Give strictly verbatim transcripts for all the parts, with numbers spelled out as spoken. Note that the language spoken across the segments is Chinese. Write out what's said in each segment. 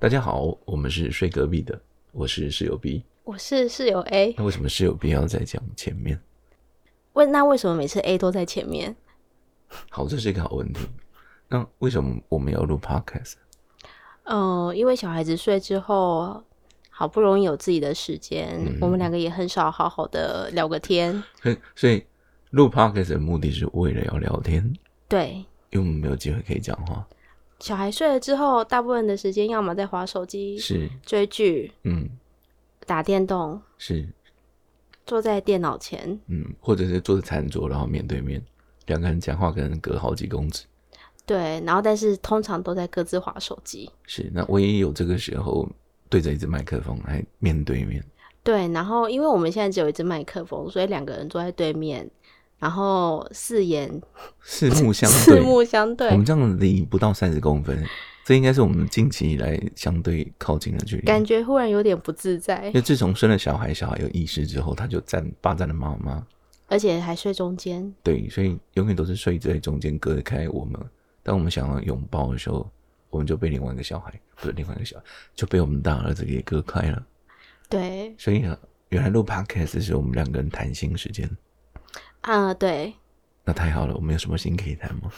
大家好，我们是睡隔壁的，我是室友 B， 我是室友 A。 那为什么室友 B 要在讲前面？ 问那为什么每次 A 都在前面？ 好，这是一个好问题。那为什么我们要录 podcast？ 呃，因为小孩子睡之后好不容易有自己的时间、嗯、我们两个也很少好好的聊个天， 所以录 podcast 的目的是为了要聊天。 对， 因为我们没有机会可以讲话。 小孩睡了之后大部分的时间要么在滑手机， 是追剧， 嗯， 打电动， 是坐在电脑前， 嗯，或者是坐在餐桌然后面对面，两个人讲话可能隔好几公尺。 对，然后但是通常都在各自滑手机。 是，那唯一有这个时候对着一支麦克风来面对面。 对，然后因为我们现在只有一支麦克风，所以两个人坐在对面，然后四眼四目相对， 四目相对， 我们这样离不到三十公分，这应该是我们近期以来相对靠近的距离。 感觉忽然有点不自在。 因为自从生了小孩，小孩有意识之后，他就占霸占了妈妈， 而且还睡中间。 对，所以永远都是睡在中间，隔开我们。当我们想要拥抱的时候，我们就被另外一个小孩，不是另外一个小孩，就被我们大儿子给隔开了。 对， 所以呢，原来录 podcast 是我们两个人谈心时间。 啊、呃，对。 那太好了，我们有什么心可以谈吗？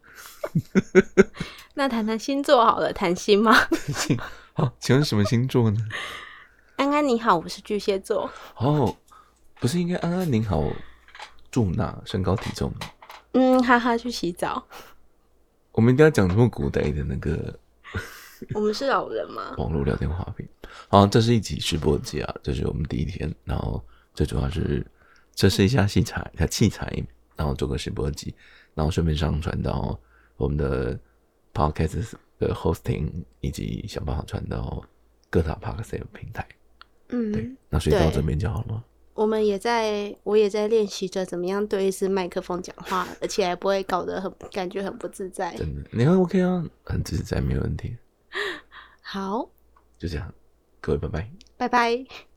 那谈谈星座好了，谈心吗？ 好，请问什么星座呢？ 安安你好，我是巨蟹座。 哦，不是应该安安您好，住哪，身高体重？ 嗯，哈哈，去洗澡。 我们一定要讲这么古代的那个我们是老人吗？ 网络聊天话题。好，这是一集直播集啊，这是我们第一天，然后最主要是测试一下器材，器材，然后做个直播集，然后顺便上传到我们的 podcast 的 hosting， 以及想办法传到各大 podcast 的平台。 嗯， 对，那所以到这边就好了吗？ 我们也在，我也在练习着怎么样对一支麦克风讲话，而且还不会搞得很感觉很不自在。 真的，你看 OK 啊，很自在，没有问题。 好， 就这样，各位拜拜， 拜拜。